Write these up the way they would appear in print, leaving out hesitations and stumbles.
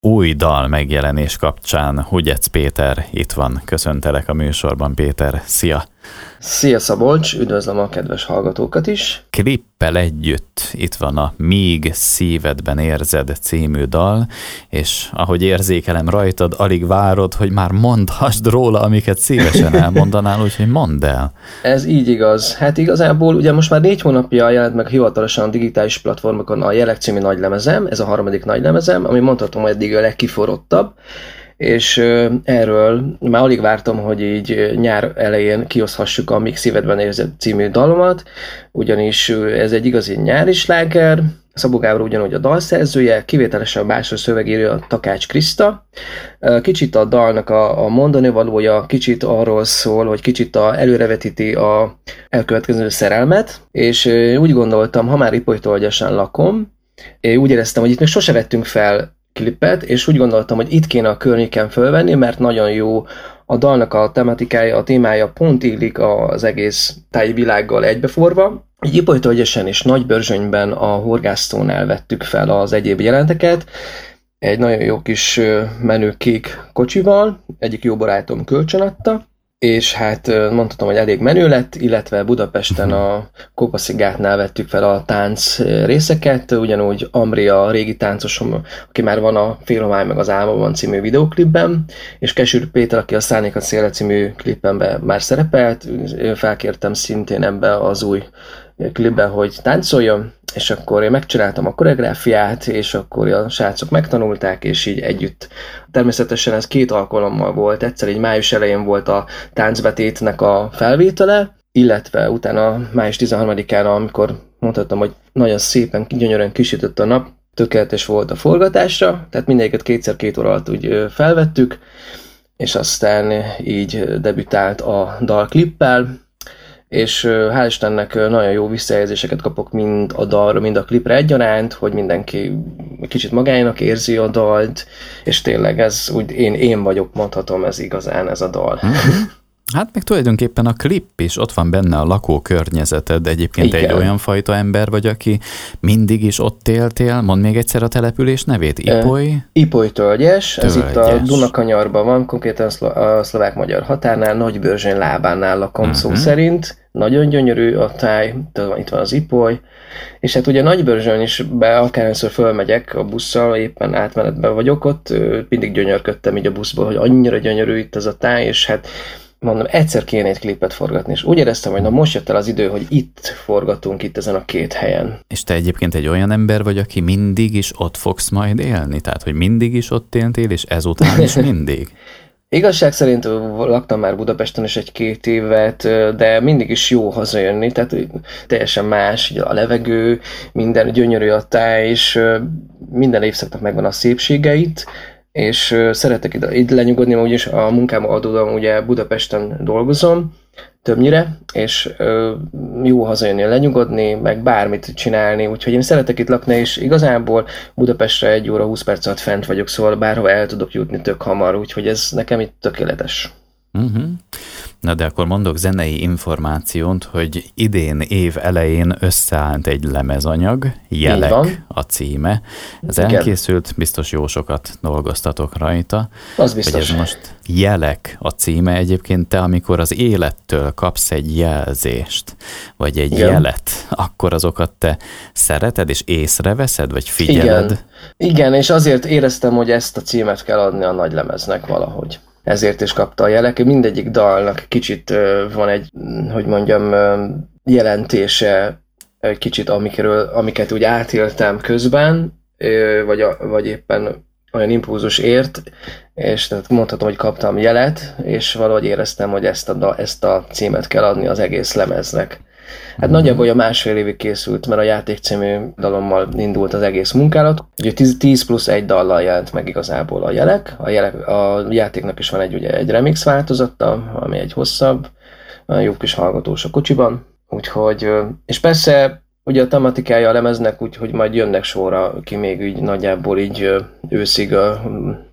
új dal megjelenés kapcsán Hugyec Péter itt van. Köszöntelek a műsorban, Péter. Szia! Szia Szabolcs, üdvözlöm a kedves hallgatókat is! Klippel együtt itt van a Míg szívedben érzed című dal, és ahogy érzékelem rajtad, alig várod, hogy már mondhassd róla, amiket szívesen elmondanál, úgyhogy mondd el. Ez így igaz. Hát igazából ugye most már 4 hónapja jelent meg hivatalosan digitális platformokon a Jelek című nagylemezem, ez a 3. nagylemezem, ami mondhatom, hogy eddig a legkiforrottabb, és erről már alig vártam, hogy így nyár elején kioszhassuk a Míg szívedben érzed című dalomat, ugyanis ez egy igazi nyári sláger, Szabó Gábor ugyanúgy a dalszerzője, kivételesen a bársony szövegírő a Takács Kriszta. Kicsit a dalnak a mondani valója, kicsit arról szól, hogy kicsit előrevetíti a elkövetkező szerelmet, és úgy gondoltam, ha már Ipolytól lakom, úgy éreztem, hogy itt még sose vettünk fel klippet, és úgy gondoltam, hogy itt kéne a környéken fölvenni, mert nagyon jó a dalnak a tematikája, a témája pont illik az egész tájvilággal egybeforva. Ipolytól és Nagybörzsönyben a horgásztónál vettük fel az egyéb jelenteket, egy nagyon jó kis menő kék kocsival, egyik jó barátom kölcsönadta, és hát mondhatom, hogy elég menő lett, illetve Budapesten a Kópaszigátnál vettük fel a tánc részeket, ugyanúgy Amri a régi táncosom, aki már van a Félhomály meg az Álmomban című videóklipben, és Kesür Péter, aki a Szárnyékat szélre című klipemben már szerepelt, felkértem szintén ebbe az új klipben, hogy táncoljon, és akkor én megcsináltam a koreográfiát, és akkor a srácok megtanulták, és így együtt. Természetesen ez 2 alkalommal volt, egyszer így május elején volt a táncbetétnek a felvétele, illetve utána május 13-án, amikor mondhatom, hogy nagyon szépen, gyönyörűen kisütött a nap, tökéletes volt a forgatásra, tehát mindegyiket 2x2 óra alatt úgy felvettük, és aztán így debütált a dalklippel, és hál' Istennek nagyon jó visszajelzéseket kapok mind a dalra, mind a klipre egyaránt, hogy mindenki kicsit magának érzi a dalt, és tényleg ez úgy én vagyok, mondhatom, ez igazán ez a dal. Hát meg tulajdonképpen a klip is, ott van benne a lakókörnyezeted, egyébként igen. Egy olyan fajta ember vagy, aki mindig is ott éltél, mondd még egyszer a település nevét, Ipolytölgyes, ez itt a Dunakanyarban van, konkrétan a szlovák-magyar határnál, Nagybörzsöny lábánál lakom szó szerint, nagyon gyönyörű a táj, itt van az Ipoly, és hát ugye Nagybörzsön is akárhányszor fölmegyek a busszal, éppen átmenetben vagyok ott, mindig gyönyörködtem így a buszból, hogy annyira gyönyörű itt ez a táj, és hát mondom, egyszer kéne egy klipet forgatni, és úgy éreztem, hogy na most jött el az idő, hogy itt forgatunk, itt ezen a 2 helyen. És te egyébként egy olyan ember vagy, aki mindig is ott fogsz majd élni? Tehát, hogy mindig is ott éltél, és ezután is mindig? Igazság szerint laktam már Budapesten is 1-2 évet, de mindig is jó hazajönni, tehát teljesen más a levegő, minden gyönyörű a táj, és minden évszaknak megvan a szépségeit, és szeretek itt lenyugodni, mert úgyis a munkám adódom, ugye Budapesten dolgozom többnyire, és jó hazajönni, lenyugodni, meg bármit csinálni, úgyhogy én szeretek itt lakni, és igazából Budapestre 1 óra 20 perc alatt fent vagyok, szóval bárhova el tudok jutni tök hamar, úgyhogy ez nekem itt tökéletes. Na de akkor mondok zenei információt, hogy idén év elején összeállt egy lemezanyag, Jelek a címe. Ez elkészült, biztos jó sokat dolgoztatok rajta. Az biztos. Hogy ez most Jelek a címe, egyébként te, amikor az élettől kapsz egy jelzést, vagy egy jelet, akkor azokat te szereted és észreveszed, vagy figyeled? Igen, és azért éreztem, hogy ezt a címet kell adni a nagylemeznek valahogy. Ezért is kapta a Jelek. Mindegyik dalnak kicsit van egy, hogy mondjam, jelentése, egy kicsit amiket úgy átéltem közben, vagy éppen olyan impulzus ért, és tehát mondhatom, hogy kaptam jelet, és valahogy éreztem, hogy ezt a címet kell adni az egész lemeznek. Hát nagyjából a 1,5 évig készült, mert a Játék című dalommal indult az egész munkálat. Ugye 10 plusz 1 dallal jelent meg igazából a Jelek. A játéknak is van egy remix változata, ami egy hosszabb, nagyon jó kis hallgatós a kocsiban. Úgyhogy, és persze ugye a tematikája a lemeznek, úgyhogy majd jönnek sorra ki még így nagyjából így őszig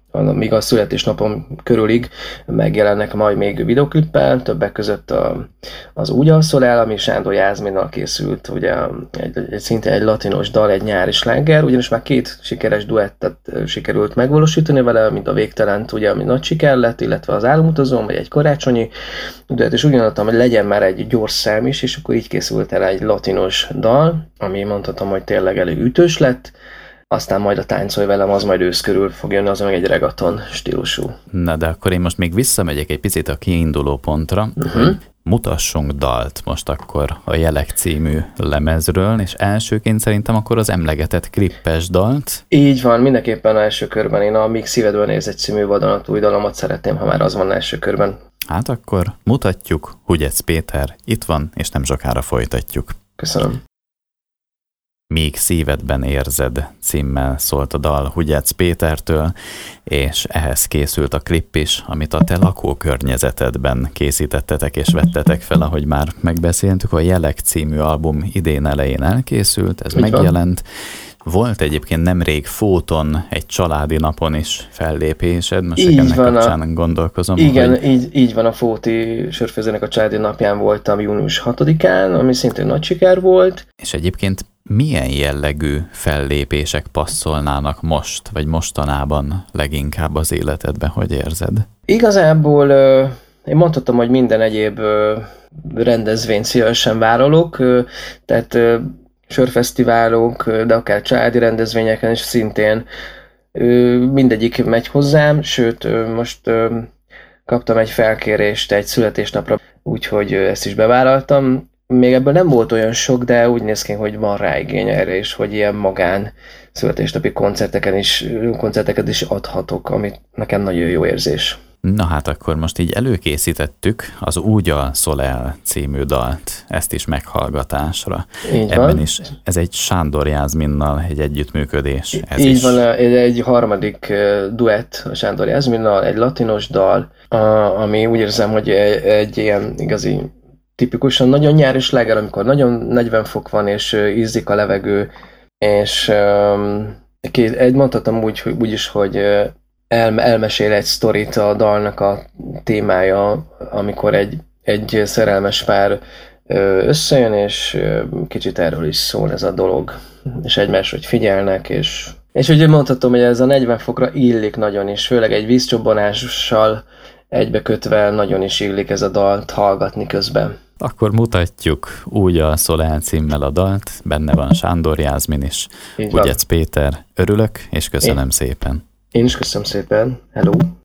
míg a születésnapom körülig megjelennek majd még videoklippel, többek között az Úgy alszol el, ami Sándor Jászminnal készült, ugye szintén egy latinos dal, egy nyári sláger, ugyanis már 2 sikeres duettet sikerült megvalósítani vele, mint a Végtelent, ugye, ami nagy siker lett, illetve az Álomutazón, vagy egy karácsonyi duett, és úgy gondoltam, hogy legyen már egy gyors szám is, és akkor így készült el egy latinos dal, ami mondhatom, hogy tényleg elég ütős lett. Aztán majd a Táncolj velem, az majd ősz körül fog jönni, az meg egy reggaeton stílusú. Na, de akkor én most még visszamegyek egy picit a kiinduló pontra, hogy mutassunk dalt most akkor a Jelek című lemezről, és elsőként szerintem akkor az emlegetett klippes dalt. Így van, mindenképpen első körben én a Míg szívedben érz egy című vadonatúj dalomat szeretném, ha már az van első körben. Hát akkor mutatjuk, Hugyec Péter itt van, és nem sokára folytatjuk. Köszönöm. Míg szívedben érzed címmel szólt a dal Hugyec Pétertől, és ehhez készült a klip is, amit a te lakókörnyezetedben készítettetek és vettetek fel, ahogy már megbeszéltük. A Jelek című album idén elején elkészült, ez megjelent. Volt egyébként nemrég Fóton egy családi napon is fellépésed, most ennek kapcsán gondolkozom. Igen, hogy... így van, a Fóti Sörfőzőnek a családi napján voltam június 6-án, ami szintén nagy siker volt. És egyébként milyen jellegű fellépések passzolnának most, vagy mostanában leginkább az életedbe, hogy érzed? Igazából én mondhatom, hogy minden egyéb rendezvényt szívesen vállalok, tehát sörfesztiválok, de akár családi rendezvényeken is szintén mindegyik megy hozzám, sőt most kaptam egy felkérést egy születésnapra, úgyhogy ezt is bevállaltam. Még ebből nem volt olyan sok, de úgy néz ki, hogy van rá igény erre is, hogy ilyen magán születésnapi koncerteket is adhatok, ami nekem nagyon jó érzés. Na hát akkor most így előkészítettük az Úgy alszol el című dalt, ezt is meghallgatásra. Így Ebben van. is ez egy Sándor Jászminnal egy együttműködés. Ez így is. van, egy harmadik duett a Sándor Jászminnal, egy latinos dal, ami úgy érzem, hogy egy ilyen igazi tipikusan nagyon nyári sláger, amikor nagyon 40 fok van, és ízzik a levegő, és mondhatom úgy is, hogy elmesél egy sztorit a dalnak a témája, amikor egy szerelmes pár összejön, és kicsit erről is szól ez a dolog, és egymásra figyelnek, és ugye mondhatom, hogy ez a 40 fokra illik nagyon is, főleg egy vízcsobbanással egybekötve nagyon is illik ez a dalt hallgatni közben. Akkor mutatjuk Úgy alszol el címmel a dalt, benne van Sándor Jászmin is, Hugyec Péter. Örülök, és köszönöm szépen. Én is köszönöm szépen. Hello!